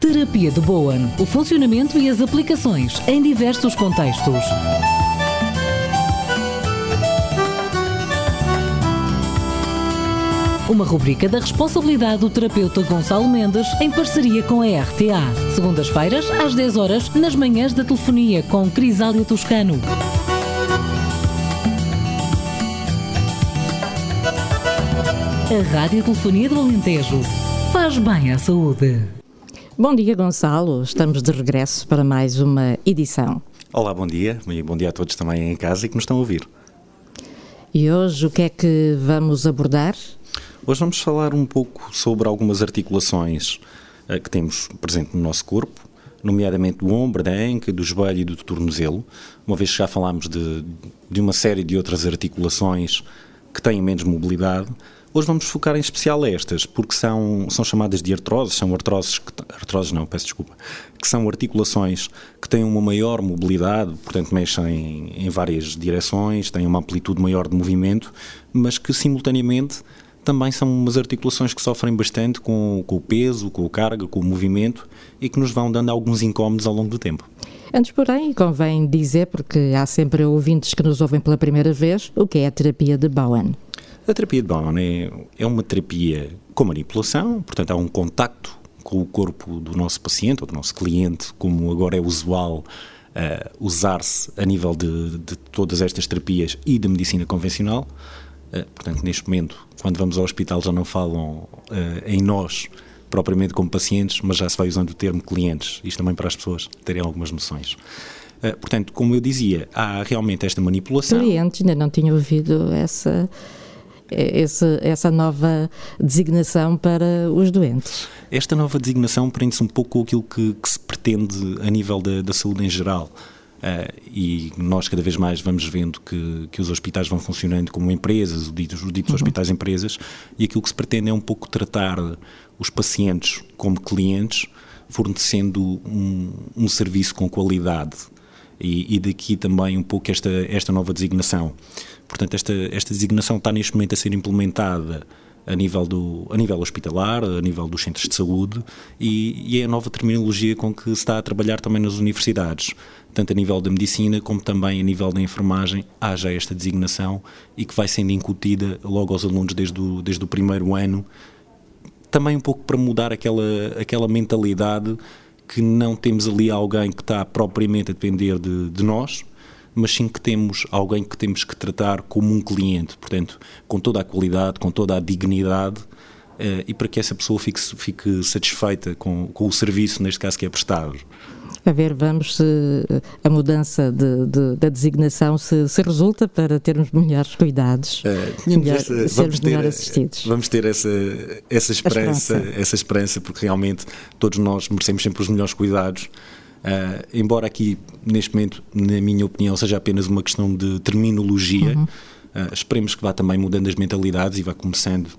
Terapia de Bowen, o funcionamento e as aplicações em diversos contextos. Uma rubrica da responsabilidade do terapeuta Gonçalo Mendes, em parceria com a RTA. Segundas-feiras, às 10 horas, nas manhãs da telefonia, com Crisália Toscano. A Radiotelefonia do Alentejo faz bem à saúde. Bom dia, Gonçalo. Estamos de regresso para mais uma edição. Olá, bom dia. E bom dia a todos também em casa e que nos estão a ouvir. E hoje o que é que vamos abordar? Hoje vamos falar um pouco sobre algumas articulações que temos presente no nosso corpo, nomeadamente do ombro, da anca, do joelho e do tornozelo, uma vez que já falámos de uma série de outras articulações que têm menos mobilidade. Hoje vamos focar em especial estas, porque são chamadas de artroses, que são articulações que têm uma maior mobilidade, portanto mexem em várias direções, têm uma amplitude maior de movimento, mas que simultaneamente também são umas articulações que sofrem bastante com o peso, com a carga, com o movimento e que nos vão dando alguns incómodos ao longo do tempo. Antes, porém, convém dizer, porque há sempre ouvintes que nos ouvem pela primeira vez, o que é a terapia de Bowen. A terapia de Bowen é uma terapia com manipulação, portanto há um contacto com o corpo do nosso paciente ou do nosso cliente, como agora é usual usar-se a nível de todas estas terapias e da medicina convencional. Portanto, neste momento, quando vamos ao hospital já não falam em nós, propriamente como pacientes, mas já se vai usando o termo clientes, isto também para as pessoas terem algumas noções. Portanto, como eu dizia, há realmente esta manipulação. Clientes, ainda não tinha ouvido essa nova designação para os doentes. Esta nova designação prende-se um pouco com aquilo que se pretende a nível da saúde em geral. E nós cada vez mais vamos vendo que os hospitais vão funcionando como empresas, os ditos hospitais empresas, e aquilo que se pretende é um pouco tratar os pacientes como clientes, fornecendo um serviço com qualidade. E daqui também um pouco esta nova designação. Portanto, esta designação está neste momento a ser implementada a nível hospitalar, a nível dos centros de saúde, e é a nova terminologia com que se está a trabalhar também nas universidades, tanto a nível da medicina como também a nível da enfermagem. Há já esta designação e que vai sendo incutida logo aos alunos desde o primeiro ano, também um pouco para mudar aquela mentalidade que não temos ali alguém que está propriamente a depender de nós, mas sim que temos alguém que temos que tratar como um cliente, portanto, com toda a qualidade, com toda a dignidade, e para que essa pessoa fique satisfeita com o serviço, neste caso, que é prestado. A ver, vamos se a mudança da designação se resulta para termos melhores cuidados, sermos melhor assistidos. Vamos ter essa esperança, porque realmente todos nós merecemos sempre os melhores cuidados. Embora aqui, neste momento, na minha opinião, seja apenas uma questão de terminologia, esperemos que vá também mudando as mentalidades e vá começando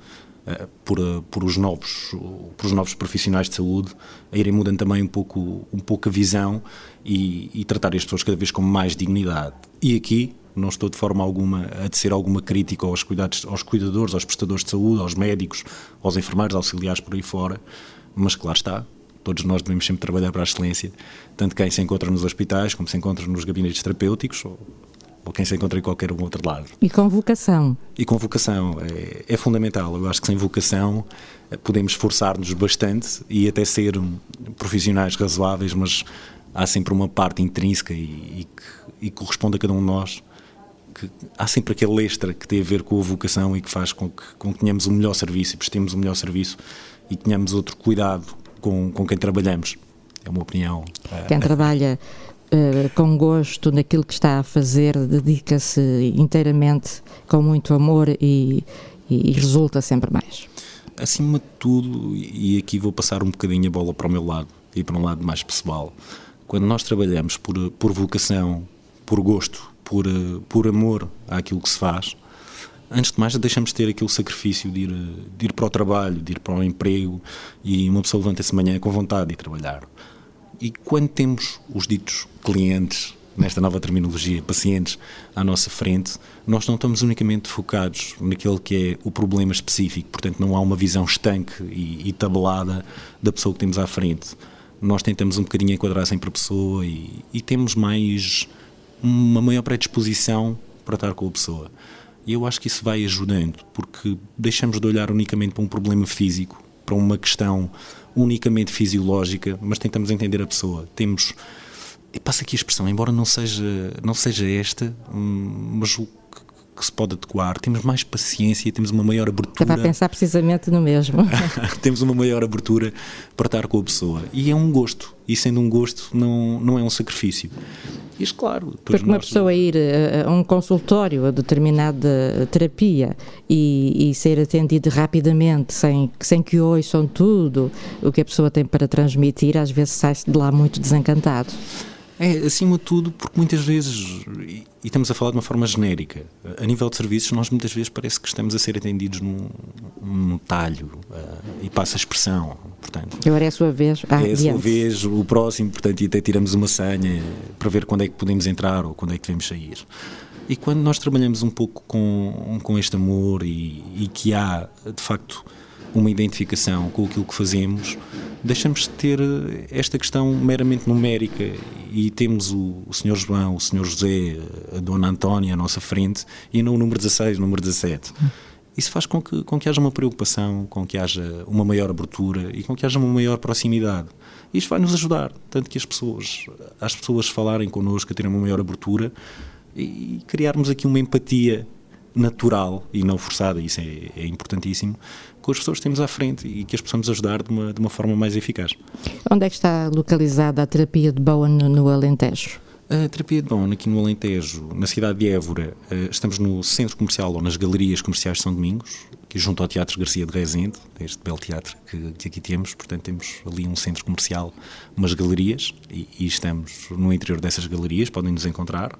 por os novos profissionais de saúde a irem mudando também um pouco a visão e tratar as pessoas cada vez com mais dignidade. E aqui não estou de forma alguma a tecer alguma crítica aos cuidadores, aos prestadores de saúde, aos médicos, aos enfermeiros, auxiliares por aí fora, mas claro está, todos nós devemos sempre trabalhar para a excelência, tanto quem se encontra nos hospitais como se encontra nos gabinetes terapêuticos ou quem se encontra em qualquer outro lado. E com vocação. E com vocação, é fundamental. Eu acho que sem vocação podemos esforçar-nos bastante e até ser profissionais razoáveis, mas há sempre uma parte intrínseca e que corresponde a cada um de nós, que há sempre aquele extra que tem a ver com a vocação e que faz com que tenhamos o melhor serviço e prestemos o melhor serviço e tenhamos outro cuidado com quem trabalhamos. É uma opinião. Quem trabalha com gosto naquilo que está a fazer, dedica-se inteiramente com muito amor e resulta sempre mais. Acima de tudo, e aqui vou passar um bocadinho a bola para o meu lado e para um lado mais pessoal, quando nós trabalhamos por vocação, por gosto, por amor àquilo que se faz, antes de mais deixamos de ter aquele sacrifício de ir para o trabalho, de ir para o emprego, e uma pessoa levanta-se de manhã com vontade de ir trabalhar. E quando temos os ditos clientes, nesta nova terminologia, pacientes à nossa frente, nós não estamos unicamente focados naquele que é o problema específico, portanto não há uma visão estanque e tabelada da pessoa que temos à frente. nós tentamos um bocadinho enquadrar sempre a pessoa e temos uma maior predisposição para estar com a pessoa. E eu acho que isso vai ajudando, porque deixamos de olhar unicamente para um problema físico, para uma questão unicamente fisiológica, mas tentamos entender a pessoa. E passa aqui a expressão, embora não seja esta, mas o que se pode adequar, temos mais paciência, temos uma maior abertura. Estava a pensar precisamente no mesmo. Temos uma maior abertura para estar com a pessoa. E é um gosto. E sendo um gosto, não é um sacrifício. Isto, claro. Porque uma pessoa ir a um consultório, a determinada terapia e ser atendida rapidamente, sem que ouçam tudo o que a pessoa tem para transmitir, às vezes sai-se de lá muito desencantado. É, acima de tudo, porque muitas vezes, e estamos a falar de uma forma genérica, a nível de serviços, nós muitas vezes parece que estamos a ser atendidos num talho, e passa a expressão, portanto. Agora é a sua vez. É a sua vez, o próximo, portanto, e até tiramos uma senha para ver quando é que podemos entrar ou quando é que devemos sair. E quando nós trabalhamos um pouco com este amor e que há, de facto, uma identificação com aquilo que fazemos, deixamos de ter esta questão meramente numérica e temos o Sr. João, o Sr. José, a Dona Antónia à nossa frente e não o número 16, o número 17. Isso faz com que haja uma preocupação, com que haja uma maior abertura e com que haja uma maior proximidade. Isto vai nos ajudar, tanto que as pessoas falarem connosco, a terem uma maior abertura e criarmos aqui uma empatia natural e não forçada, isso é importantíssimo, com as pessoas que temos à frente e que as possamos ajudar de uma forma mais eficaz. Onde é que está localizada a terapia de Bowen no Alentejo? A terapia de Bowen aqui no Alentejo, na cidade de Évora, estamos no centro comercial ou nas galerias comerciais de São Domingos, aqui junto ao Teatro Garcia de Rezende, este belo teatro que aqui temos, portanto temos ali um centro comercial, umas galerias e estamos no interior dessas galerias, podem nos encontrar.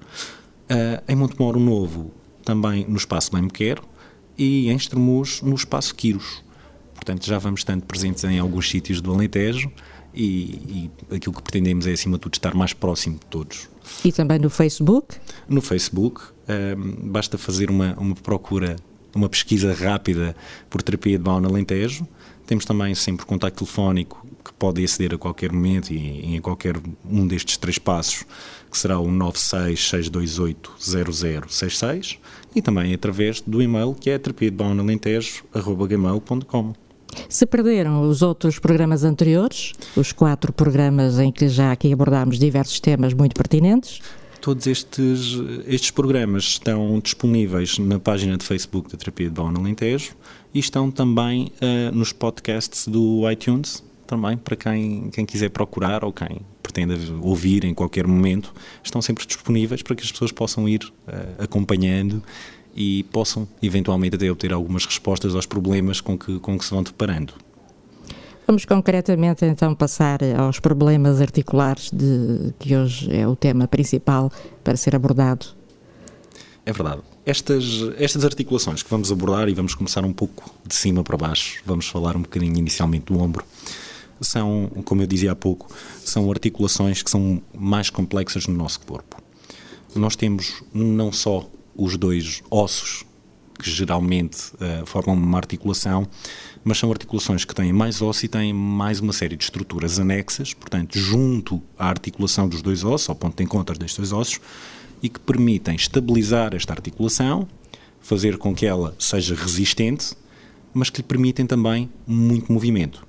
Em Montemoro Novo, também no Espaço Bem Me Quero e em Estremoz no Espaço Quiros. Portanto, já vamos estando presentes em alguns sítios do Alentejo e aquilo que pretendemos é, acima de tudo, estar mais próximo de todos. E também no Facebook? No Facebook, basta fazer uma procura, uma pesquisa rápida por terapia de Bowen Alentejo. Temos também sempre contacto telefónico que pode aceder a qualquer momento e em qualquer um destes 3 passos, que será o 967280066 e também através do e-mail que é terapiadebowenalentejo@gmail.com. Se perderam os outros programas anteriores, os 4 programas em que já aqui abordámos diversos temas muito pertinentes, todos estes programas estão disponíveis na página de Facebook da Terapia de Bowen Alentejo e estão também nos podcasts do iTunes, também para quem quiser procurar ou quem pretenda ouvir em qualquer momento, estão sempre disponíveis para que as pessoas possam ir acompanhando e possam eventualmente até obter algumas respostas aos problemas com que se vão deparando. Vamos concretamente então passar aos problemas articulares, que hoje é o tema principal para ser abordado. É verdade. Estas articulações que vamos abordar, e vamos começar um pouco de cima para baixo, vamos falar um bocadinho inicialmente do ombro, são, como eu dizia há pouco, são articulações que são mais complexas no nosso corpo. Nós temos não só os 2 ossos, que geralmente formam uma articulação, mas são articulações que têm mais osso e têm mais uma série de estruturas anexas, portanto, junto à articulação dos 2 ossos, ao ponto de encontro destes 2 ossos, e que permitem estabilizar esta articulação, fazer com que ela seja resistente, mas que lhe permitem também muito movimento.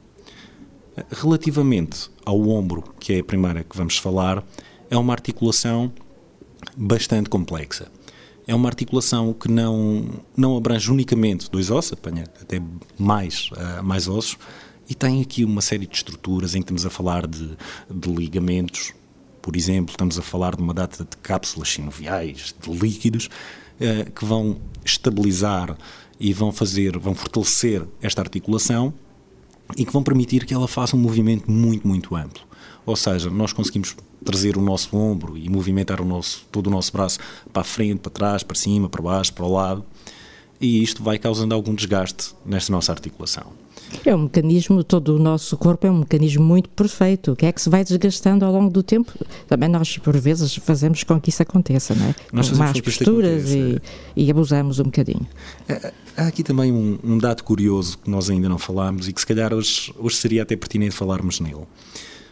Relativamente ao ombro, que é a primeira que vamos falar, é uma articulação bastante complexa. É uma articulação que não abrange unicamente 2 ossos, apanha até mais ossos, e tem aqui uma série de estruturas em que estamos a falar de ligamentos, por exemplo, estamos a falar de uma data de cápsulas sinoviais, de líquidos, que vão estabilizar e vão fortalecer esta articulação e que vão permitir que ela faça um movimento muito, muito amplo. Ou seja, nós conseguimos trazer o nosso ombro e movimentar todo o nosso braço para a frente, para trás, para cima, para baixo, para o lado, e isto vai causando algum desgaste nesta nossa articulação. É um mecanismo, todo o nosso corpo é um mecanismo muito perfeito, que é que se vai desgastando ao longo do tempo. Também nós, por vezes, fazemos com que isso aconteça, não é? Nós com más posturas e abusamos um bocadinho. Há aqui também um dado curioso que nós ainda não falámos e que se calhar hoje seria até pertinente falarmos nele.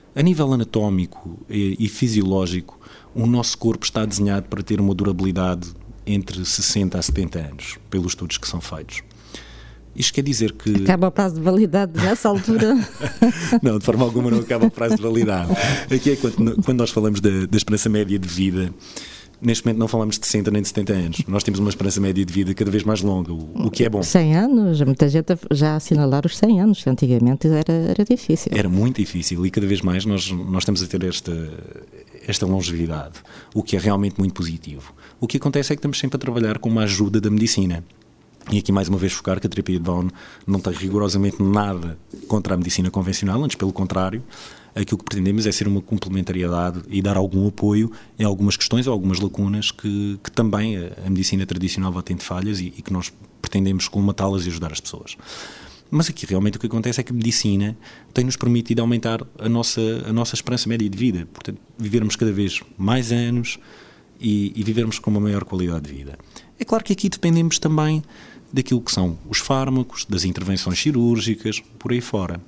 A nível anatómico e fisiológico, o nosso corpo está desenhado para ter uma durabilidade entre 60 a 70 anos, pelos estudos que são feitos. Isto quer dizer que... Acaba o prazo de validade nessa altura? Não, de forma alguma não acaba o prazo de validade. Aqui é quando nós falamos da esperança média de vida, neste momento não falamos de 60 nem de 70 anos. Nós temos uma esperança média de vida cada vez mais longa, o que é bom. 100 anos? Muita gente já assinalar os 100 anos. Antigamente era difícil. Era muito difícil e cada vez mais nós estamos a ter esta longevidade, o que é realmente muito positivo. O que acontece é que estamos sempre a trabalhar com uma ajuda da medicina. E aqui mais uma vez focar que a terapia de Bowen não tem rigorosamente nada contra a medicina convencional, antes pelo contrário, aquilo que pretendemos é ser uma complementariedade e dar algum apoio em algumas questões ou algumas lacunas que também a medicina tradicional vai tendo falhas e que nós pretendemos colmatá-las e ajudar as pessoas. Mas aqui realmente o que acontece é que a medicina tem-nos permitido aumentar a nossa esperança média de vida, portanto, vivermos cada vez mais anos e vivermos com uma maior qualidade de vida. É claro que aqui dependemos também daquilo que são os fármacos, das intervenções cirúrgicas, por aí fora.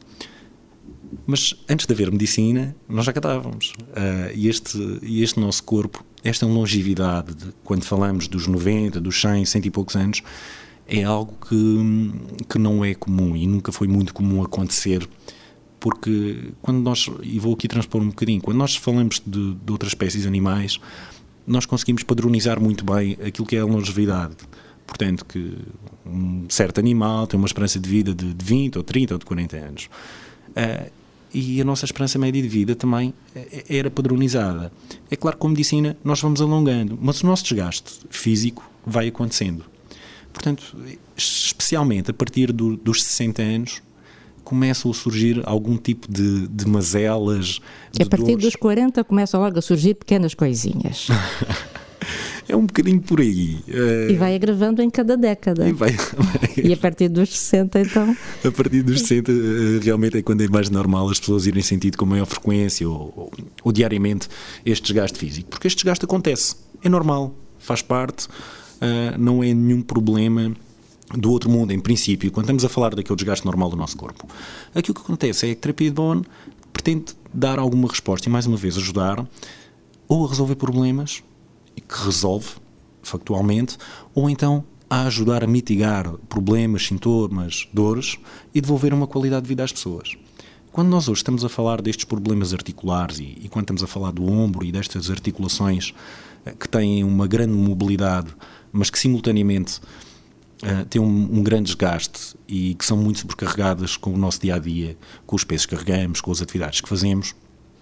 Mas antes de haver medicina, nós já cá estávamos. E este nosso corpo, esta longevidade, quando falamos dos 90, dos 100, 100 e poucos anos, é algo que não é comum e nunca foi muito comum acontecer, porque quando nós, e vou aqui transpor um bocadinho, quando nós falamos de outras espécies animais, nós conseguimos padronizar muito bem aquilo que é a longevidade. Portanto, que um certo animal tem uma esperança de vida de 20 ou 30 ou de 40 anos. E a nossa esperança média de vida também era padronizada. É claro que com a medicina nós vamos alongando, mas o nosso desgaste físico vai acontecendo. Portanto, especialmente a partir dos 60 anos, começam a surgir algum tipo de mazelas, de a partir dores. Dos 40 começam logo a surgir pequenas coisinhas. É um bocadinho por aí. E vai agravando em cada década. E a partir dos 60, então? A partir dos 60, realmente é quando é mais normal as pessoas irem sentindo com maior frequência ou diariamente este desgaste físico. Porque este desgaste acontece, é normal, faz parte, não é nenhum problema do outro mundo, em princípio, quando estamos a falar daquele desgaste normal do nosso corpo. Aquilo que acontece é que a terapia de Bowen pretende dar alguma resposta e, mais uma vez, ajudar ou a resolver problemas, que resolve factualmente, ou então a ajudar a mitigar problemas, sintomas, dores e devolver uma qualidade de vida às pessoas. Quando nós hoje estamos a falar destes problemas articulares e quando estamos a falar do ombro e destas articulações que têm uma grande mobilidade, mas que simultaneamente têm um grande desgaste e que são muito sobrecarregadas com o nosso dia-a-dia, com os pesos que carregamos, com as atividades que fazemos,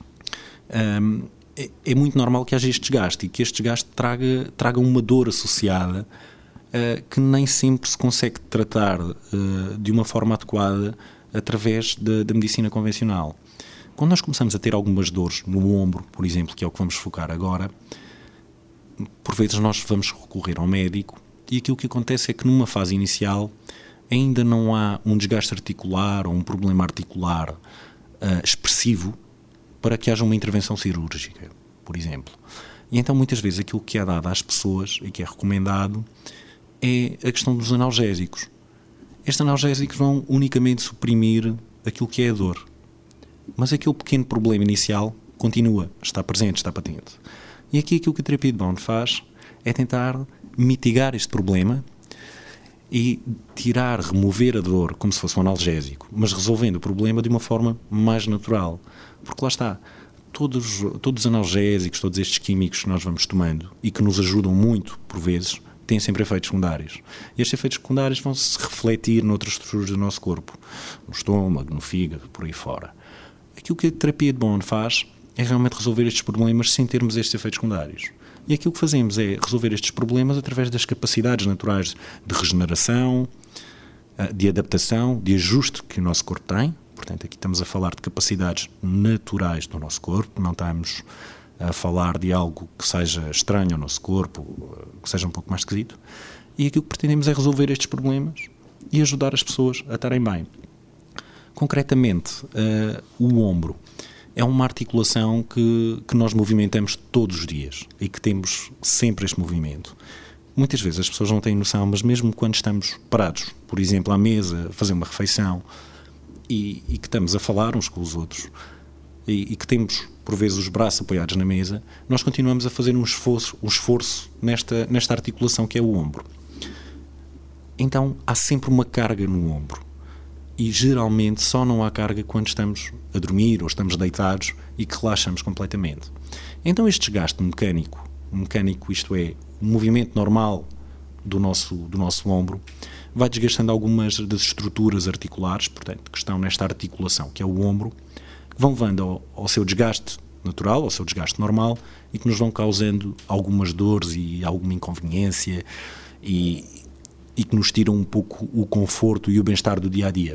é muito normal que haja este desgaste e que este desgaste traga uma dor associada que nem sempre se consegue tratar de uma forma adequada através da medicina convencional. Quando nós começamos a ter algumas dores no ombro, por exemplo, que é o que vamos focar agora, por vezes nós vamos recorrer ao médico e aquilo que acontece é que numa fase inicial ainda não há um desgaste articular ou um problema articular expressivo para que haja uma intervenção cirúrgica, por exemplo. E então muitas vezes aquilo que é dado às pessoas e que é recomendado é a questão dos analgésicos. Estes analgésicos vão unicamente suprimir aquilo que é a dor, mas aquele pequeno problema inicial continua, está presente, está patente. E aqui aquilo que a terapia de Bowen faz é tentar mitigar este problema e remover a dor como se fosse um analgésico, mas resolvendo o problema de uma forma mais natural. Porque lá está, todos os analgésicos, todos estes químicos que nós vamos tomando e que nos ajudam muito, por vezes, têm sempre efeitos secundários. E estes efeitos secundários vão-se refletir noutras estruturas do nosso corpo, no estômago, no fígado, por aí fora. Aquilo que a terapia de Bowen faz é realmente resolver estes problemas sem termos estes efeitos secundários. E aquilo que fazemos é resolver estes problemas através das capacidades naturais de regeneração, de adaptação, de ajuste que o nosso corpo tem. Portanto, aqui estamos a falar de capacidades naturais do nosso corpo, não estamos a falar de algo que seja estranho ao nosso corpo, que seja um pouco mais esquisito. E aquilo que pretendemos é resolver estes problemas e ajudar as pessoas a estarem bem. Concretamente, o ombro é uma articulação que nós movimentamos todos os dias e que temos sempre este movimento. Muitas vezes as pessoas não têm noção, mas mesmo quando estamos parados, por exemplo, à mesa, a fazer uma refeição, e que estamos a falar uns com os outros, e que temos, por vezes, os braços apoiados na mesa, nós continuamos a fazer um esforço nesta articulação que é o ombro. Então, há sempre uma carga no ombro. E, geralmente, só não há carga quando estamos a dormir ou estamos deitados e que relaxamos completamente. Então, este desgaste mecânico, isto é, o movimento normal do nosso ombro, vai desgastando algumas das estruturas articulares, portanto, que estão nesta articulação, que é o ombro, que vão levando ao seu desgaste natural, ao seu desgaste normal, e que nos vão causando algumas dores e alguma inconveniência e que nos tiram um pouco o conforto e o bem-estar do dia-a-dia.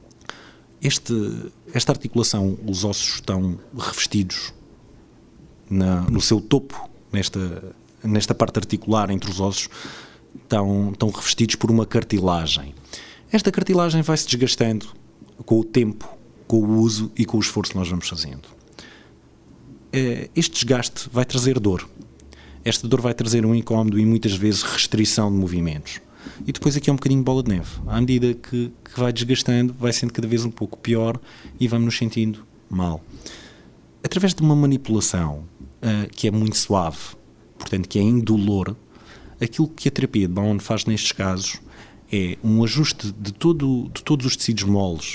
Esta articulação, os ossos estão revestidos no seu topo, nesta parte articular entre os ossos, estão revestidos por uma cartilagem. Esta cartilagem vai-se desgastando com o tempo, com o uso e com o esforço que nós vamos fazendo. Este desgaste vai trazer dor. Esta dor vai trazer um incómodo e muitas vezes restrição de movimentos. E depois aqui é um bocadinho de bola de neve. À medida que vai desgastando, vai sendo cada vez um pouco pior e vamos nos sentindo mal. Através de uma manipulação que é muito suave, portanto que é indolor, aquilo que a terapia de Bowen faz nestes casos é um ajuste de todos os tecidos moles,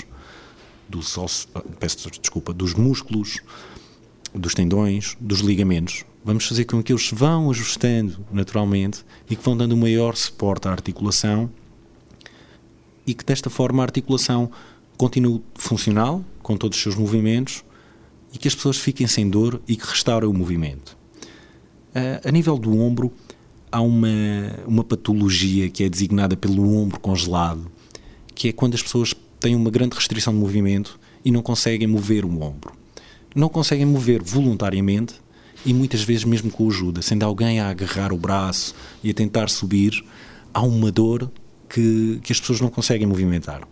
dos músculos, dos tendões, dos ligamentos. Vamos fazer com que eles vão ajustando naturalmente e que vão dando um maior suporte à articulação e que desta forma a articulação continue funcional, com todos os seus movimentos, e que as pessoas fiquem sem dor e que restaurem o movimento. A nível do ombro, há uma patologia que é designada pelo ombro congelado, que é quando as pessoas têm uma grande restrição de movimento e não conseguem mover o ombro. Não conseguem mover voluntariamente e muitas vezes mesmo com ajuda, sendo alguém a agarrar o braço e a tentar subir, há uma dor que as pessoas não conseguem movimentar.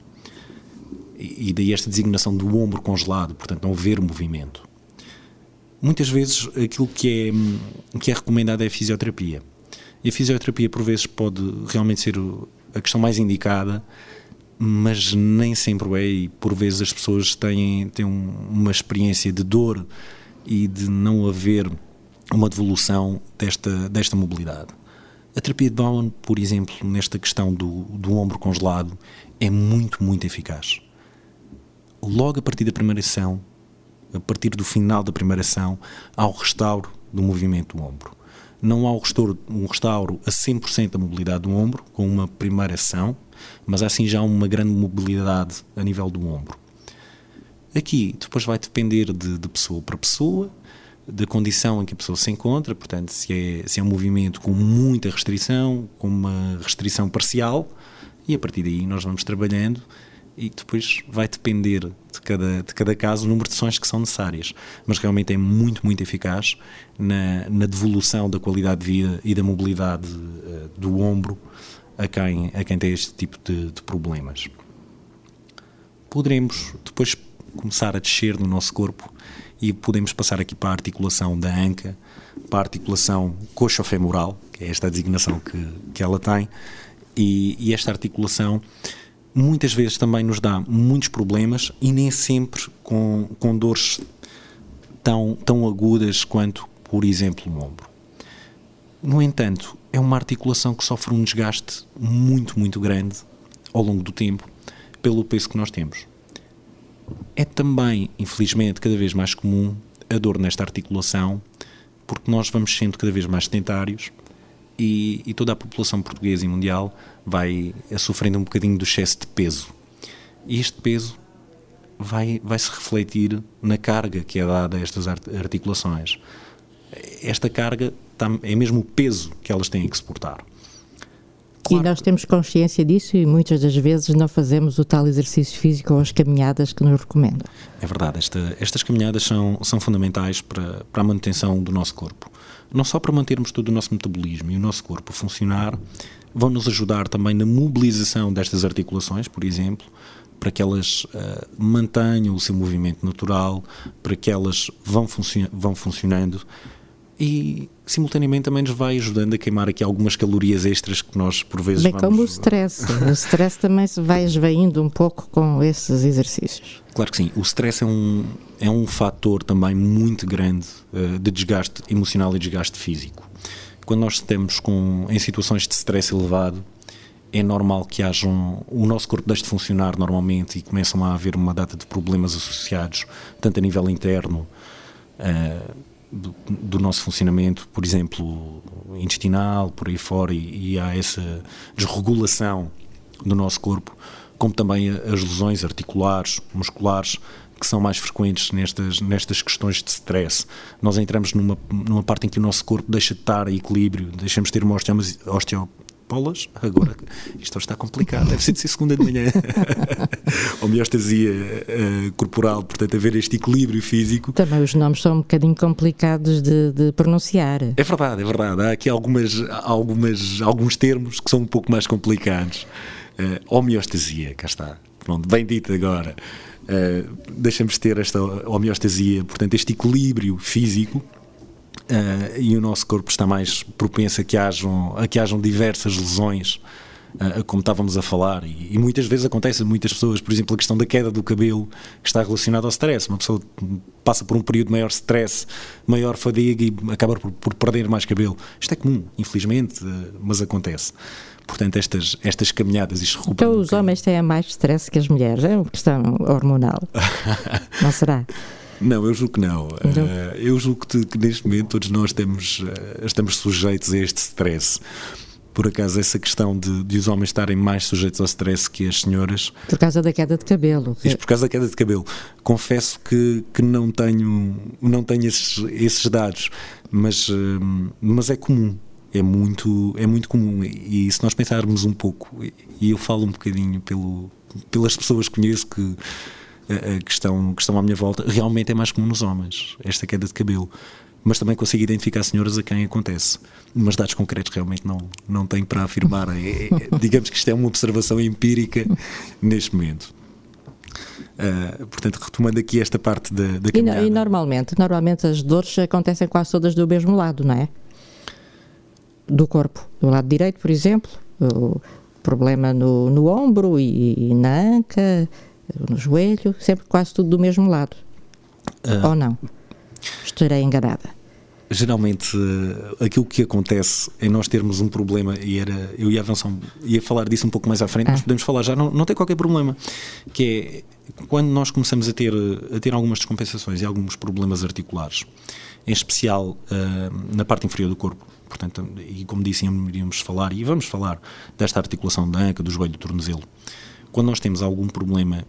E daí esta designação do ombro congelado, portanto não ver movimento. Muitas vezes aquilo que é recomendado é a fisioterapia. E a fisioterapia por vezes pode realmente ser a questão mais indicada, mas nem sempre é, e por vezes as pessoas têm uma experiência de dor e de não haver uma devolução desta mobilidade. A terapia de Bowen, por exemplo, nesta questão do ombro congelado, é muito, muito eficaz. Logo a partir da primeira sessão, a partir do final da primeira sessão, há o restauro do movimento do ombro. Não há um restauro a 100% da mobilidade do ombro, com uma primeira sessão, mas há assim já uma grande mobilidade a nível do ombro. Aqui depois vai depender de pessoa para pessoa, da condição em que a pessoa se encontra, portanto, se é um movimento com muita restrição, com uma restrição parcial, e a partir daí nós vamos trabalhando e depois vai depender de cada caso o número de sessões que são necessárias. Mas realmente é muito, muito eficaz na devolução da qualidade de vida e da mobilidade do ombro a quem tem este tipo de problemas. Poderemos depois começar a descer no nosso corpo e podemos passar aqui para a articulação da anca, para a articulação coxofemoral, que é esta a designação que ela tem, e esta articulação muitas vezes também nos dá muitos problemas e nem sempre com dores tão agudas quanto, por exemplo, o ombro. No entanto, é uma articulação que sofre um desgaste muito, muito grande ao longo do tempo pelo peso que nós temos. É também, infelizmente, cada vez mais comum a dor nesta articulação, porque nós vamos sendo cada vez mais sedentários e toda a população portuguesa e mundial vai sofrendo um bocadinho do excesso de peso. E este peso vai se refletir na carga que é dada a estas articulações. Esta carga é mesmo o peso que elas têm que suportar. Claro. E nós temos consciência disso e muitas das vezes não fazemos o tal exercício físico ou as caminhadas que nos recomendam. É verdade, estas caminhadas são fundamentais para a manutenção do nosso corpo. Não só para mantermos todo o nosso metabolismo e o nosso corpo a funcionar, vão nos ajudar também na mobilização destas articulações, por exemplo, para que elas mantenham o seu movimento natural, para que elas vão funcionando, e simultaneamente também nos vai ajudando a queimar aqui algumas calorias extras que nós por vezes Bem, como o stress. O stress também se vai esvaindo um pouco com esses exercícios. Claro que sim. O stress é um fator também muito grande de desgaste emocional e desgaste físico. Quando nós estamos em situações de stress elevado, é normal que o nosso corpo deixe de funcionar normalmente e começam a haver uma data de problemas associados, tanto a nível interno, do nosso funcionamento, por exemplo, intestinal, por aí fora, e há essa desregulação do nosso corpo, como também as lesões articulares, musculares, que são mais frequentes nestas questões de stress. Nós entramos numa parte em que o nosso corpo deixa de estar em equilíbrio, deixamos de ter uma osteopolas, agora isto está complicado, deve ser de ser segunda de manhã, homeostasia corporal, portanto haver este equilíbrio físico. Também os nomes são um bocadinho complicados de pronunciar. É verdade, há aqui alguns termos que são um pouco mais complicados. Homeostasia, cá está, pronto, bem dito agora. Deixamos de ter esta homeostasia, portanto este equilíbrio físico, e o nosso corpo está mais propenso a que hajam diversas lesões, como estávamos a falar, e muitas vezes acontece a muitas pessoas, por exemplo, a questão da queda do cabelo, que está relacionada ao stress. Uma pessoa passa por um período de maior stress, maior fadiga e acaba por perder mais cabelo. Isto é comum, infelizmente, mas acontece. Portanto, estas caminhadas, isto recupera. Então os homens têm mais stress que as mulheres, é uma questão hormonal, não será? Não, eu julgo que não. Eu julgo que neste momento todos nós estamos sujeitos a este stress. Por acaso, essa questão de os homens estarem mais sujeitos ao stress que as senhoras... Por causa da queda de cabelo. Isto por causa da queda de cabelo. Confesso que não tenho esses dados, mas é comum. É muito comum. E se nós pensarmos um pouco, e eu falo um bocadinho pelas pessoas que conheço que estão à minha volta, realmente é mais comum nos homens, esta queda de cabelo. Mas também consigo identificar senhoras a quem acontece. Mas dados concretos realmente não tenho para afirmar. Digamos que isto é uma observação empírica neste momento. Portanto, retomando aqui esta parte da caminhada. E normalmente as dores acontecem quase todas do mesmo lado, não é? Do corpo. Do lado direito, por exemplo, o problema no ombro e na anca, no joelho, sempre quase tudo do mesmo lado. Ou não? Estarei enganada. Geralmente, aquilo que acontece é nós termos um problema, eu ia falar disso um pouco mais à frente, mas podemos falar já, não tem qualquer problema, que é quando nós começamos a ter algumas descompensações e alguns problemas articulares, em especial na parte inferior do corpo. Portanto, e como disse, iríamos falar, e vamos falar desta articulação da anca, do joelho, do tornozelo. Quando nós temos algum problema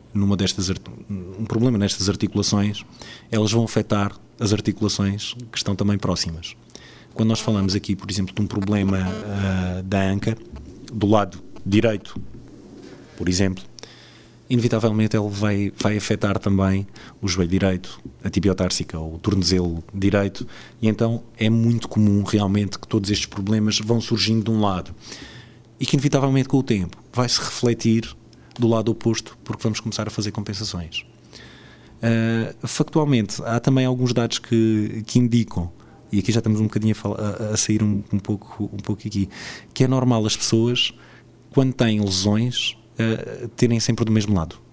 nestas articulações, elas vão afetar as articulações que estão também próximas. Quando nós falamos aqui, por exemplo, de um problema da anca, do lado direito, por exemplo, inevitavelmente ele vai afetar também o joelho direito, a tibio-társica, o tornozelo direito, e então é muito comum realmente que todos estes problemas vão surgindo de um lado e que inevitavelmente com o tempo vai-se refletir do lado oposto, porque vamos começar a fazer compensações. Factualmente, há também alguns dados que indicam, e aqui já estamos um bocadinho a sair um pouco aqui, que é normal as pessoas, quando têm lesões, terem sempre do mesmo lado.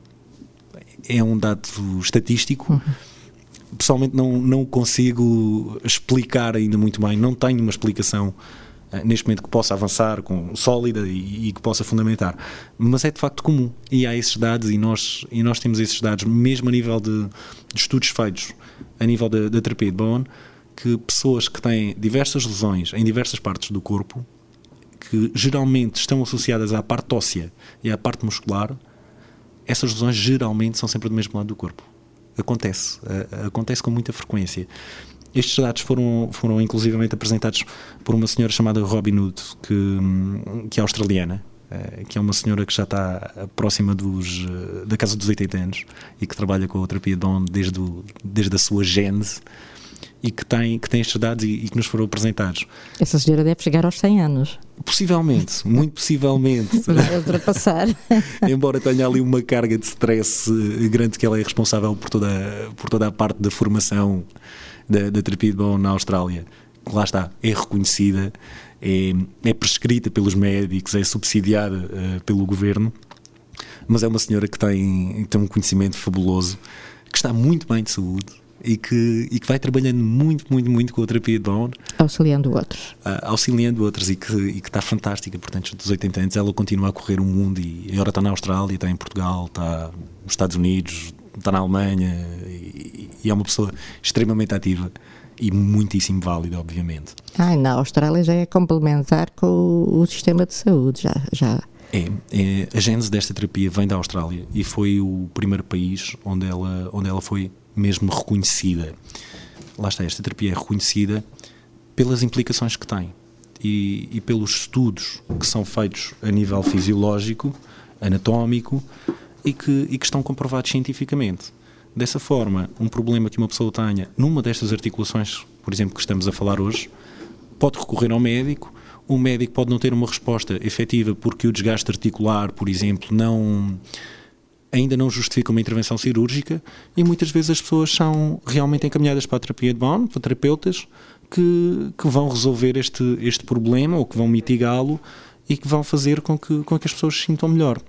É um dado estatístico. Pessoalmente não consigo explicar ainda muito bem, não tenho uma explicação neste momento que possa avançar sólida e que possa fundamentar, mas é de facto comum, e há esses dados, e nós temos esses dados mesmo a nível de estudos feitos a nível da terapia de Bowen, que pessoas que têm diversas lesões em diversas partes do corpo, que geralmente estão associadas à parte óssea e à parte muscular, essas lesões geralmente são sempre do mesmo lado do corpo. Acontece com muita frequência. Estes dados foram inclusivamente apresentados por uma senhora chamada Robin Hood, que é australiana, que é uma senhora que já está próxima da casa dos 80 anos e que trabalha com a terapia de Bowen desde a sua gênese, e que tem estes dados e que nos foram apresentados. Essa senhora deve chegar aos 100 anos. Possivelmente, muito possivelmente. Vai ultrapassar. Embora tenha ali uma carga de stress grande, que ela é responsável por toda a parte da formação da terapia de Bowen na Austrália. Lá está, é reconhecida, é prescrita pelos médicos, é subsidiada pelo governo, mas é uma senhora que tem um conhecimento fabuloso, que está muito bem de saúde e que vai trabalhando muito com a terapia de Bowen. Auxiliando outros. Auxiliando outros e que está fantástica. Portanto, dos 80 anos ela continua a correr o mundo e agora está na Austrália, está em Portugal, está nos Estados Unidos, está na Alemanha e é uma pessoa extremamente ativa e muitíssimo válida, obviamente. Na Austrália já é complementar com o sistema de saúde, já. A gênese desta terapia vem da Austrália e foi o primeiro país onde ela foi mesmo reconhecida. Lá está, esta terapia é reconhecida pelas implicações que tem e pelos estudos que são feitos a nível fisiológico, anatómico e que estão comprovados cientificamente. Dessa forma, um problema que uma pessoa tenha numa destas articulações, por exemplo, que estamos a falar hoje, pode recorrer ao médico. O médico pode não ter uma resposta efetiva porque o desgaste articular, por exemplo, ainda não justifica uma intervenção cirúrgica e muitas vezes as pessoas são realmente encaminhadas para a terapia de Bowen, para terapeutas que vão resolver este problema ou que vão mitigá-lo e que vão fazer com que as pessoas se sintam melhor.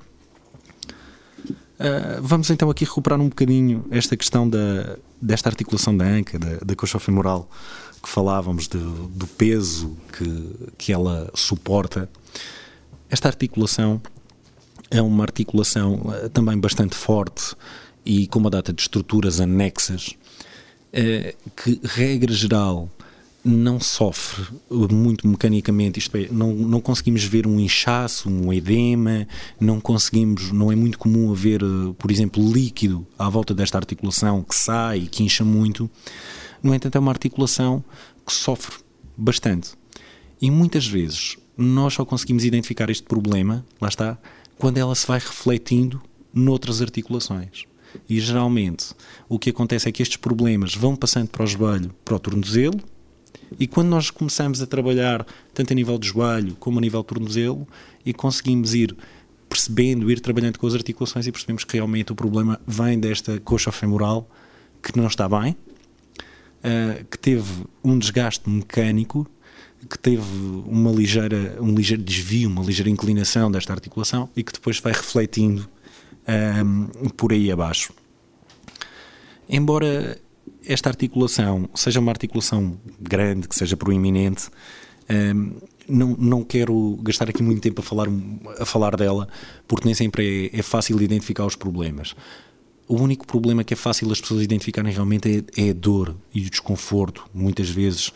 Vamos então aqui recuperar um bocadinho esta questão desta articulação da anca, da coxa femoral, que falávamos do peso que ela suporta. Esta articulação é uma articulação também bastante forte e com uma data de estruturas anexas que, regra geral, não sofre muito mecanicamente, isto é, não conseguimos ver um inchaço, um edema, não é muito comum haver, por exemplo, líquido à volta desta articulação que sai e que incha muito. No entanto, é uma articulação que sofre bastante. E muitas vezes nós só conseguimos identificar este problema, lá está, quando ela se vai refletindo noutras articulações. E geralmente o que acontece é que estes problemas vão passando para o joelho, para o tornozelo, e quando nós começamos a trabalhar tanto a nível de joelho como a nível de tornozelo e conseguimos ir percebendo, ir trabalhando com as articulações e percebemos que realmente o problema vem desta coxa femoral que não está bem, que teve um desgaste mecânico, que teve um ligeiro desvio, uma ligeira inclinação desta articulação e que depois vai refletindo por aí abaixo. Embora esta articulação seja uma articulação grande, que seja proeminente, não quero gastar aqui muito tempo a falar dela, porque nem sempre é fácil identificar os problemas. O único problema que é fácil as pessoas identificarem realmente é a dor e o desconforto, muitas vezes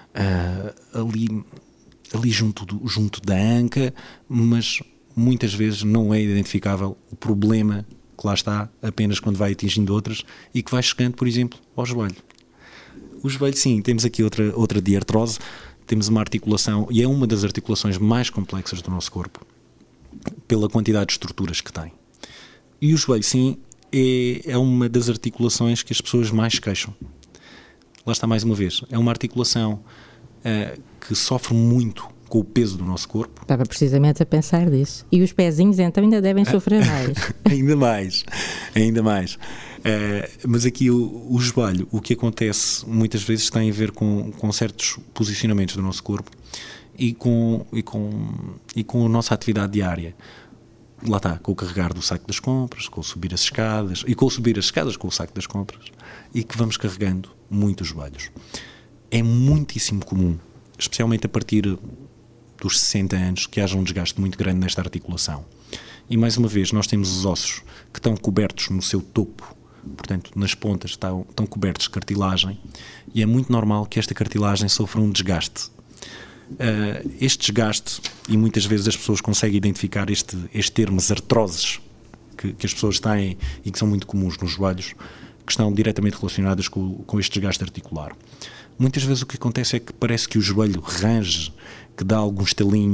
ali junto da anca, mas muitas vezes não é identificável o problema que lá está apenas quando vai atingindo outras e que vai chegando, por exemplo, ao joelho. O joelho, sim, temos aqui outra diartrose, temos uma articulação, e é uma das articulações mais complexas do nosso corpo, pela quantidade de estruturas que tem. E o joelho, sim, é uma das articulações que as pessoas mais queixam. Lá está mais uma vez, é uma articulação que sofre muito com o peso do nosso corpo. Estava precisamente a pensar disso. E os pezinhos então ainda devem sofrer mais. ainda mais. Mas aqui o joelho, o que acontece muitas vezes tem a ver com certos posicionamentos do nosso corpo e com a nossa atividade diária. Lá está, com o carregar do saco das compras, com o subir as escadas, e com o subir as escadas com o saco das compras, e que vamos carregando muito os joelhos. É muitíssimo comum, especialmente a partir dos 60 anos, que haja um desgaste muito grande nesta articulação. E mais uma vez, nós temos os ossos que estão cobertos no seu topo, portanto, nas pontas estão cobertos de cartilagem, e é muito normal que esta cartilagem sofra um desgaste. Este desgaste, e muitas vezes as pessoas conseguem identificar este termo, as artroses, que as pessoas têm e que são muito comuns nos joelhos, que estão diretamente relacionadas com este desgaste articular. Muitas vezes o que acontece é que parece que o joelho range, que dá alguns estalinhos,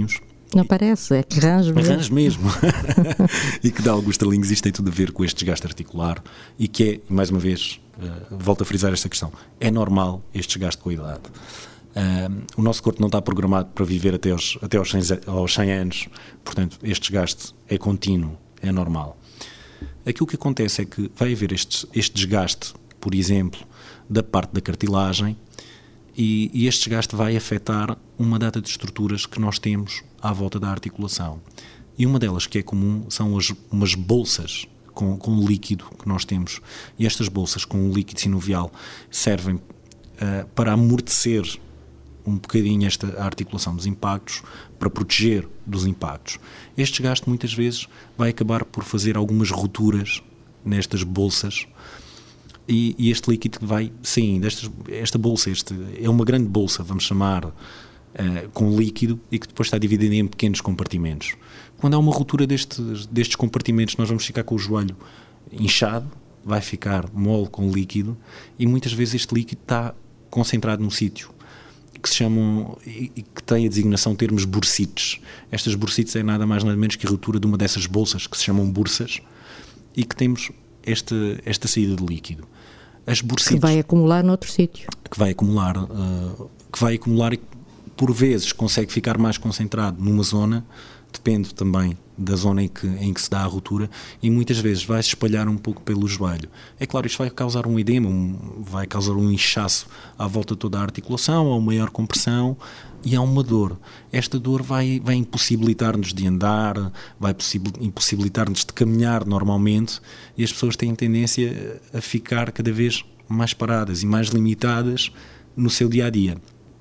Não parece, é que range mesmo. Range mesmo. E que dá alguns estalinhos. Isto tem tudo a ver com este desgaste articular e que é, mais uma vez, volto a frisar esta questão, é normal este desgaste com a idade. O nosso corpo não está programado para viver até aos 100 anos, portanto este desgaste é contínuo, é normal. Aquilo que acontece é que vai haver este desgaste, por exemplo, da parte da cartilagem, e este desgaste vai afetar uma data de estruturas que nós temos à volta da articulação. E uma delas que é comum são umas bolsas com líquido que nós temos. E estas bolsas com o líquido sinovial servem para amortecer um bocadinho a articulação dos impactos, para proteger dos impactos. Este desgaste muitas vezes vai acabar por fazer algumas rupturas nestas bolsas, e este líquido vai saindo. Esta bolsa é uma grande bolsa, vamos chamar, com líquido, e que depois está dividida em pequenos compartimentos. Quando há uma ruptura destes compartimentos, nós vamos ficar com o joelho inchado, vai ficar mole com líquido, e muitas vezes este líquido está concentrado num sítio que se chamam, e que tem a designação termos bursites. Estas bursites é nada mais nada menos que a ruptura de uma dessas bolsas que se chamam bursas, e que temos esta saída de líquido. As bursites, que vai acumular noutro sítio. Que vai acumular e por vezes consegue ficar mais concentrado numa zona, depende também da zona em que se dá a ruptura, e muitas vezes vai se espalhar um pouco pelo joelho. É claro, isto vai causar um edema, vai causar um inchaço à volta de toda a articulação, há uma maior compressão e há uma dor. Esta dor vai impossibilitar-nos de andar, vai impossibilitar-nos de caminhar normalmente, e as pessoas têm tendência a ficar cada vez mais paradas e mais limitadas no seu dia-a-dia.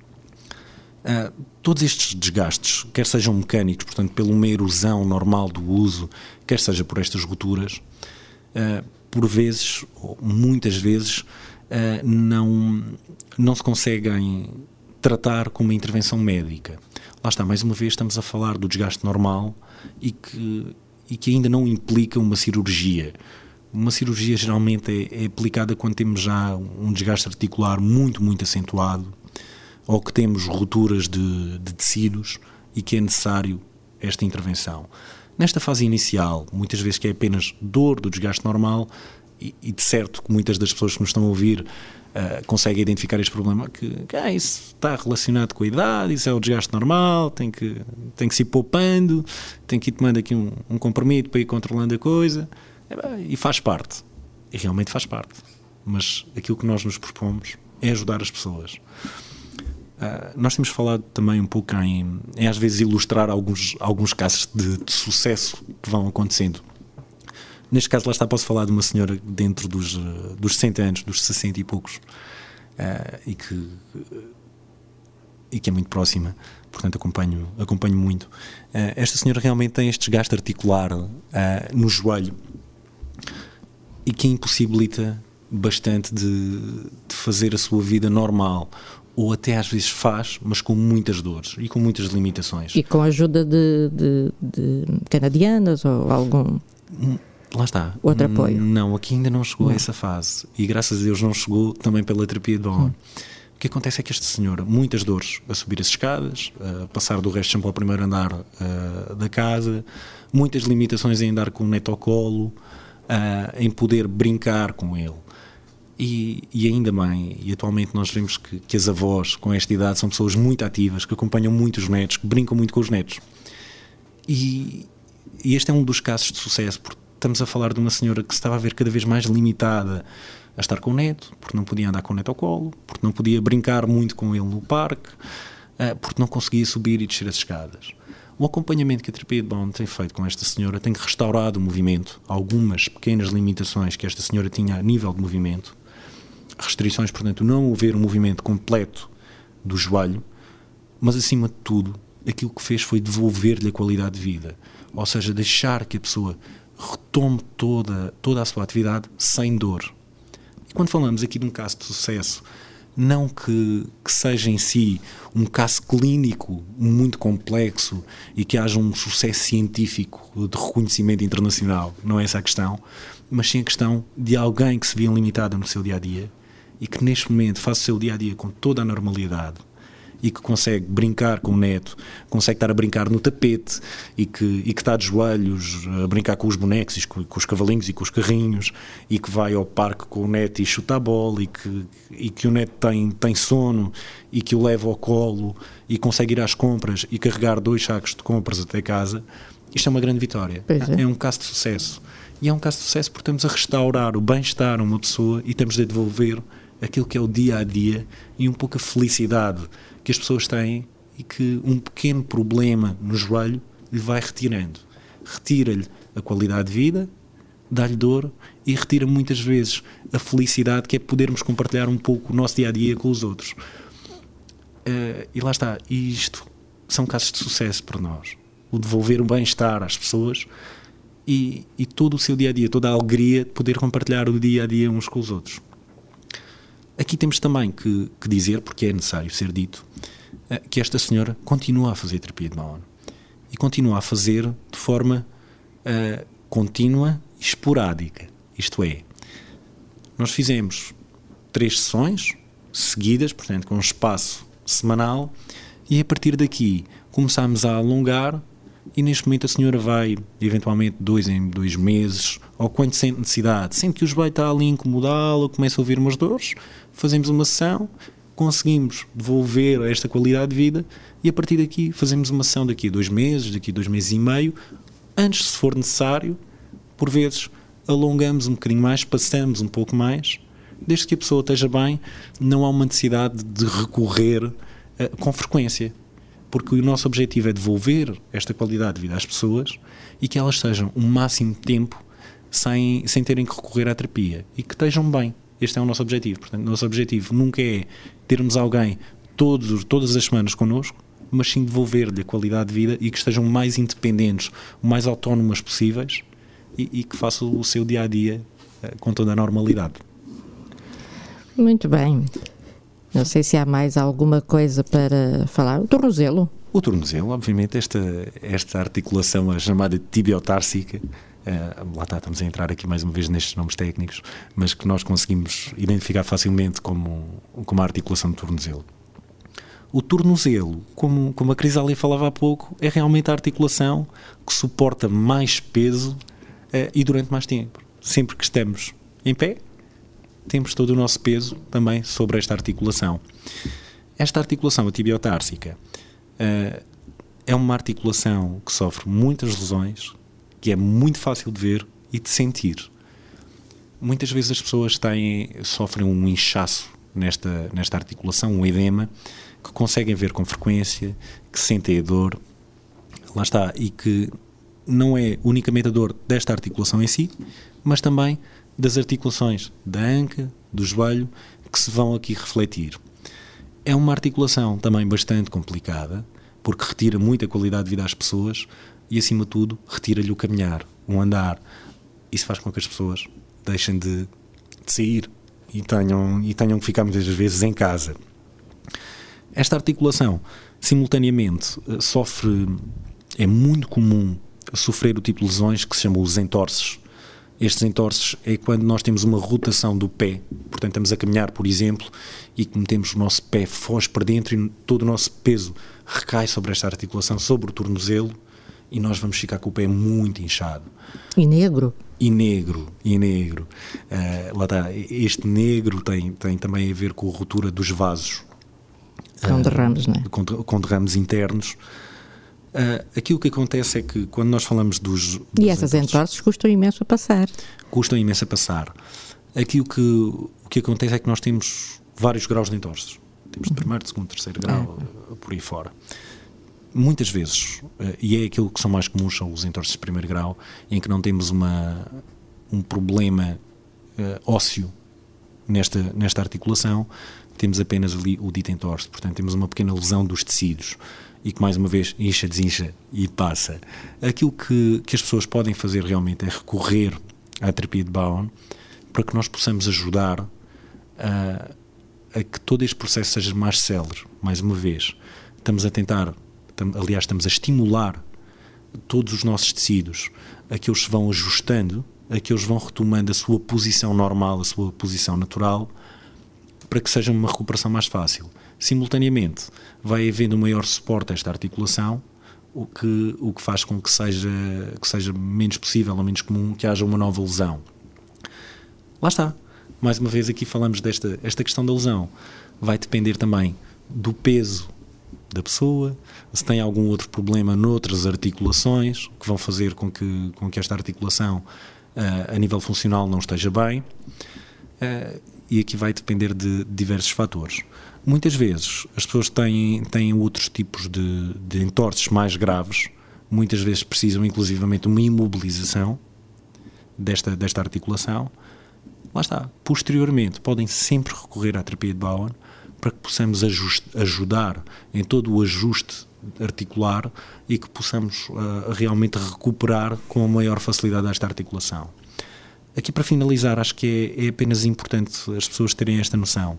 Todos estes desgastes, quer sejam mecânicos, portanto pela uma erosão normal do uso, quer seja por estas rupturas, por vezes, ou muitas vezes, não se conseguem tratar com uma intervenção médica. Lá está, mais uma vez estamos a falar do desgaste normal e que ainda não implica uma cirurgia. Uma cirurgia geralmente é aplicada quando temos já um desgaste articular muito, muito acentuado, ou que temos rupturas de tecidos e que é necessário esta intervenção. Nesta fase inicial, muitas vezes que é apenas dor do desgaste normal, e de certo que muitas das pessoas que nos estão a ouvir conseguem identificar este problema, que isso está relacionado com a idade, isso é o desgaste normal, tem que se ir poupando, tem que ir tomando aqui um comprimido para ir controlando a coisa, e faz parte, e realmente faz parte, mas aquilo que nós nos propomos é ajudar as pessoas. Nós temos falado também um pouco em às vezes ilustrar alguns casos de sucesso que vão acontecendo. Neste caso, lá está, posso falar de uma senhora dentro dos 60 anos, dos 60 e poucos, e que é muito próxima, portanto acompanho muito. Esta senhora realmente tem este desgaste articular no joelho e que impossibilita bastante de fazer a sua vida normal, ou até às vezes faz, mas com muitas dores e com muitas limitações. E com a ajuda de canadianas ou algum... Lá está. Outro apoio? Não, aqui ainda não chegou a essa fase. E graças a Deus não chegou também pela terapia de Bowen. O que acontece é que esta senhora, muitas dores a subir as escadas, a passar do resto sempre ao primeiro andar da casa, muitas limitações em andar com o neto ao colo, em poder brincar com ele. E ainda bem, e atualmente nós vemos que as avós com esta idade são pessoas muito ativas, que acompanham muito os netos, que brincam muito com os netos. E este é um dos casos de sucesso, porque estamos a falar de uma senhora que se estava a ver cada vez mais limitada a estar com o neto, porque não podia andar com o neto ao colo, porque não podia brincar muito com ele no parque, porque não conseguia subir e descer as escadas. O acompanhamento que a terapia de Bowen tem feito com esta senhora tem restaurado o movimento, algumas pequenas limitações que esta senhora tinha a nível de movimento, restrições, portanto, não haver um movimento completo do joelho, mas acima de tudo, aquilo que fez foi devolver-lhe a qualidade de vida, ou seja, deixar que a pessoa retome toda a sua atividade sem dor. E quando falamos aqui de um caso de sucesso, não que seja em si um caso clínico muito complexo e que haja um sucesso científico de reconhecimento internacional, não é essa a questão, mas sim a questão de alguém que se via limitada no seu dia-a-dia e que neste momento faz o seu dia-a-dia com toda a normalidade e que consegue brincar com o neto, consegue estar a brincar no tapete e que está de joelhos a brincar com os bonecos e com os cavalinhos e com os carrinhos, e que vai ao parque com o neto e chuta a bola, e que o neto tem sono e que o leva ao colo e consegue ir às compras e carregar 2 sacos de compras até casa. Isto é uma grande vitória. É um caso de sucesso. E é um caso de sucesso porque estamos a restaurar o bem-estar a uma pessoa e estamos a devolver aquilo que é o dia-a-dia e um pouco a felicidade que as pessoas têm, e que um pequeno problema no joelho lhe vai retirando. Retira-lhe a qualidade de vida, dá-lhe dor e retira muitas vezes a felicidade, que é podermos compartilhar um pouco o nosso dia-a-dia com os outros. E lá está. E isto são casos de sucesso para nós. O devolver o bem-estar às pessoas e todo o seu dia-a-dia, toda a alegria de poder compartilhar o dia-a-dia uns com os outros. Aqui temos também que dizer, porque é necessário ser dito, que esta senhora continua a fazer terapia de Bowen. E continua a fazer de forma contínua e esporádica. Isto é, nós fizemos 3 sessões seguidas, portanto com um espaço semanal, e a partir daqui começámos a alongar. E neste momento a senhora vai, eventualmente, 2 em 2 meses, ou quando sente necessidade, sente que o joelho está ali a incomodá-la, começa a ouvir umas dores, fazemos uma sessão, conseguimos devolver esta qualidade de vida, e a partir daqui fazemos uma sessão daqui a 2 meses, daqui a 2 meses e meio, antes, se for necessário, por vezes alongamos um bocadinho mais, passamos um pouco mais, desde que a pessoa esteja bem, não há uma necessidade de recorrer com frequência. Porque o nosso objetivo é devolver esta qualidade de vida às pessoas e que elas estejam o máximo de tempo sem terem que recorrer à terapia e que estejam bem. Este é o nosso objetivo. Portanto, o nosso objetivo nunca é termos alguém todas as semanas connosco, mas sim devolver-lhe a qualidade de vida e que estejam mais independentes, o mais autónomas possíveis e que façam o seu dia-a-dia com toda a normalidade. Muito bem. Não sei se há mais alguma coisa para falar. O tornozelo. O tornozelo, obviamente, esta articulação, a chamada tibiotársica, lá estamos a entrar aqui mais uma vez nestes nomes técnicos, mas que nós conseguimos identificar facilmente como a articulação do tornozelo. O tornozelo, como a Crisália falava há pouco, é realmente a articulação que suporta mais peso e durante mais tempo. Sempre que estamos em pé, temos todo o nosso peso também sobre esta articulação. Esta articulação, a tibiotársica, é uma articulação que sofre muitas lesões, que é muito fácil de ver e de sentir. Muitas vezes as pessoas sofrem um inchaço nesta articulação, um edema, que conseguem ver com frequência, que sentem a dor, lá está, e que não é unicamente a dor desta articulação em si, mas também das articulações da anca, do joelho, que se vão aqui refletir. É uma articulação também bastante complicada, porque retira muita qualidade de vida às pessoas e, acima de tudo, retira-lhe o caminhar, o andar. Isso faz com que as pessoas deixem de sair e tenham que ficar muitas vezes em casa. Esta articulação, simultaneamente, é muito comum sofrer o tipo de lesões que se chamam os entorses. Estes entorses é quando nós temos uma rotação do pé, portanto estamos a caminhar, por exemplo, e que metemos o nosso pé foge para dentro e todo o nosso peso recai sobre esta articulação, sobre o tornozelo, e nós vamos ficar com o pé muito inchado. E negro. Lá está, este negro tem também a ver com a ruptura dos vasos. Com derrames, não é? Com derrames internos. Aqui o que acontece é que quando nós falamos dos e essas entorses custam imenso a passar. Aqui o que acontece é que nós temos vários graus de entorses. Temos de primeiro, segundo, terceiro grau, por aí fora. Muitas vezes, e é aquilo que são mais comuns, são os entorses de primeiro grau, em que não temos um problema ósseo nesta articulação, temos apenas ali o dito entorse. Portanto, temos uma pequena lesão dos tecidos e que, mais uma vez, incha, desincha e passa. Aquilo que as pessoas podem fazer realmente é recorrer à terapia de Bowen para que nós possamos ajudar a que todo este processo seja mais célere. Mais uma vez, estamos a estimular todos os nossos tecidos a que eles se vão ajustando, a que eles vão retomando a sua posição normal, a sua posição natural, para que seja uma recuperação mais fácil. Simultaneamente, vai havendo um maior suporte a esta articulação, o que faz com que seja menos possível ou menos comum que haja uma nova lesão. Lá está. Mais uma vez aqui falamos esta questão da lesão. Vai depender também do peso da pessoa, se tem algum outro problema noutras articulações que vão fazer com que esta articulação a nível funcional não esteja bem, e aqui vai depender de diversos fatores. Muitas vezes as pessoas têm outros tipos de entorses mais graves, muitas vezes precisam inclusivamente de uma imobilização desta articulação. Lá está, posteriormente podem sempre recorrer à terapia de Bowen para que possamos ajudar em todo o ajuste articular e que possamos realmente recuperar com a maior facilidade esta articulação. Aqui, para finalizar, acho que é apenas importante as pessoas terem esta noção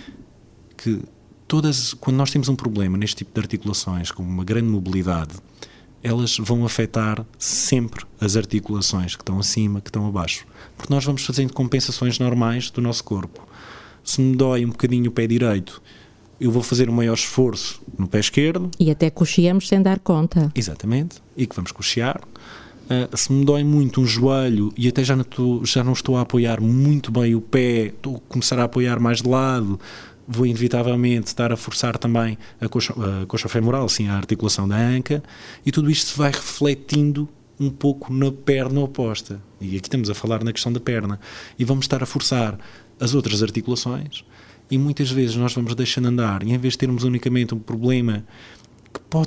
que quando nós temos um problema neste tipo de articulações com uma grande mobilidade, elas vão afetar sempre as articulações que estão acima, que estão abaixo, porque nós vamos fazendo compensações normais do nosso corpo. Se me dói um bocadinho o pé direito, eu vou fazer um maior esforço no pé esquerdo. E até coxeamos sem dar conta. Exatamente, e que vamos coxear. Se me dói muito um joelho e até já não estou a apoiar muito bem o pé, estou a começar a apoiar mais de lado, vou inevitavelmente estar a forçar também a coxa femoral, assim, a articulação da anca, e tudo isto se vai refletindo um pouco na perna oposta. E aqui estamos a falar na questão da perna. E vamos estar a forçar as outras articulações e muitas vezes nós vamos deixando andar, e em vez de termos unicamente um problema que pode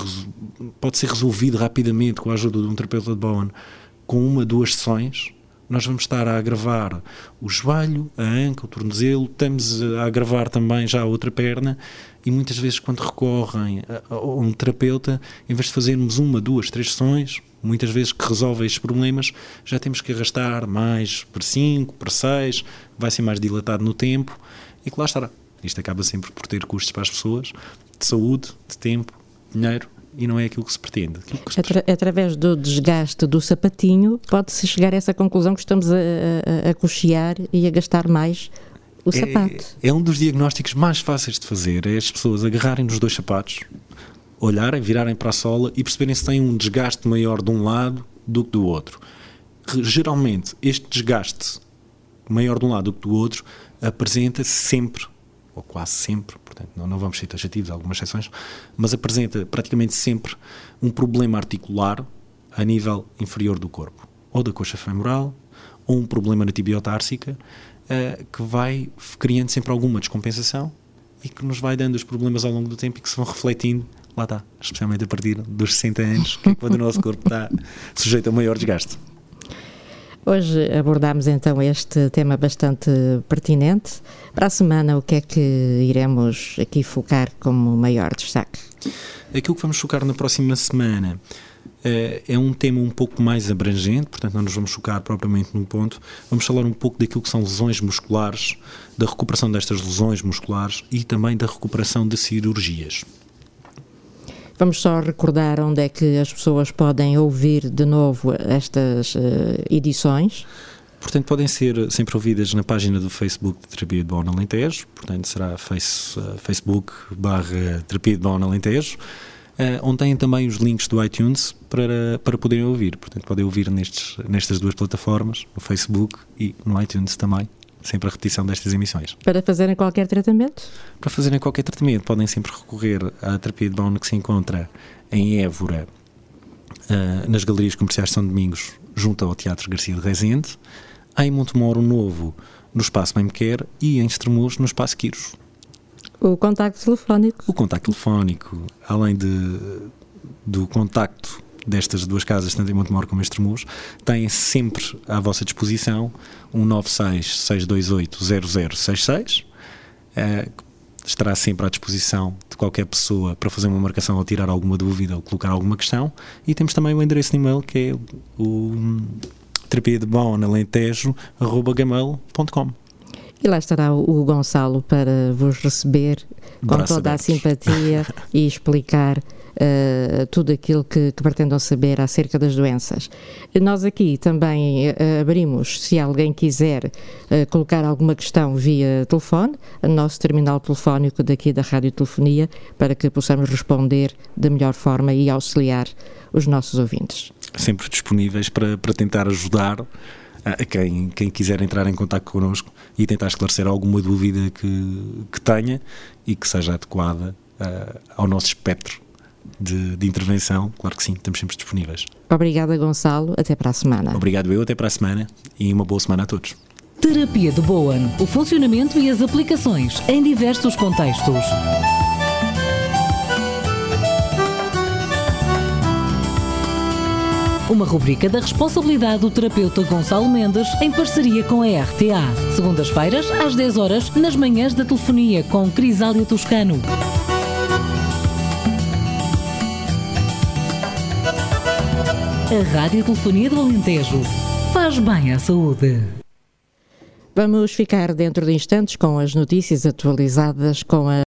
ser resolvido rapidamente com a ajuda de um terapeuta de Bowen com 1 ou 2 sessões, nós vamos estar a agravar o joelho, a anca, o tornozelo, estamos a agravar também já a outra perna, e muitas vezes quando recorrem a um terapeuta, em vez de fazermos 1, 2, 3 sessões, muitas vezes que resolve estes problemas, já temos que arrastar mais para 5, para 6, vai ser mais dilatado no tempo, e que lá estará. Isto acaba sempre por ter custos para as pessoas, de saúde, de tempo, dinheiro, e não é aquilo que se pretende. Através do desgaste do sapatinho, pode-se chegar a essa conclusão que estamos a coxear e a gastar mais o sapato. É um dos diagnósticos mais fáceis de fazer, é as pessoas agarrarem nos 2 sapatos, olharem, virarem para a sola e perceberem se têm um desgaste maior de um lado do que do outro. Geralmente, este desgaste maior de um lado do que do outro apresenta sempre, ou quase sempre, portanto não vamos ser taxativos, algumas exceções, mas apresenta praticamente sempre um problema articular a nível inferior do corpo, ou da coxa femoral, ou um problema na tibiotársica, que vai criando sempre alguma descompensação e que nos vai dando os problemas ao longo do tempo e que se vão refletindo, lá está, especialmente a partir dos 60 anos, que é quando o nosso corpo está sujeito a maior desgaste. Hoje abordámos então este tema bastante pertinente. Para a semana, o que é que iremos aqui focar como maior destaque? Aquilo que vamos focar na próxima semana é um tema um pouco mais abrangente, portanto não nos vamos focar propriamente num ponto, vamos falar um pouco daquilo que são lesões musculares, da recuperação destas lesões musculares e também da recuperação de cirurgias. Vamos só recordar onde é que as pessoas podem ouvir de novo estas edições. Portanto, podem ser sempre ouvidas na página do Facebook de Terapia de Bowen Alentejo, portanto será Facebook/Terapia de Bowen Alentejo, onde têm também os links do iTunes para poderem ouvir. Portanto, podem ouvir nestas 2 plataformas, no Facebook e no iTunes também. Sempre a repetição destas emissões. Para fazerem qualquer tratamento? Para fazerem qualquer tratamento, podem sempre recorrer à terapia de Bowen que se encontra em Évora, nas Galerias Comerciais de São Domingos, junto ao Teatro Garcia de Rezende, em Montemoro Novo, no Espaço Bem-Me-Quer, e em Estremoz, no Espaço Quiros. O contacto telefónico? O contacto telefónico, além do contacto destas 2 casas, tanto em Montemoro como em Estremoz, têm sempre à vossa disposição um 96-628-0066, que estará sempre à disposição de qualquer pessoa para fazer uma marcação ou tirar alguma dúvida ou colocar alguma questão. E temos também o endereço de e-mail, que é o terapiadebowenalentejo@gmail.com. E lá estará o Gonçalo para vos receber com toda a simpatia e explicar tudo aquilo que pretendam saber acerca das doenças. Nós aqui também abrimos, se alguém quiser colocar alguma questão via telefone, o nosso terminal telefónico daqui da Radiotelefonia, para que possamos responder da melhor forma e auxiliar os nossos ouvintes. Sempre disponíveis para tentar ajudar a quem quiser entrar em contacto connosco e tentar esclarecer alguma dúvida que tenha e que seja adequada ao nosso espectro de intervenção. Claro que sim, estamos sempre disponíveis. Obrigada, Gonçalo. Até para a semana. Obrigado eu, até para a semana e uma boa semana a todos. Terapia de Bowen, o funcionamento e as aplicações em diversos contextos. Uma rubrica da responsabilidade do terapeuta Gonçalo Mendes, em parceria com a RTA. Segundas-feiras, às 10 horas, nas manhãs da telefonia, com Crisália Toscano. A Radiotelefonia do Alentejo faz bem à saúde. Vamos ficar dentro de instantes com as notícias atualizadas com a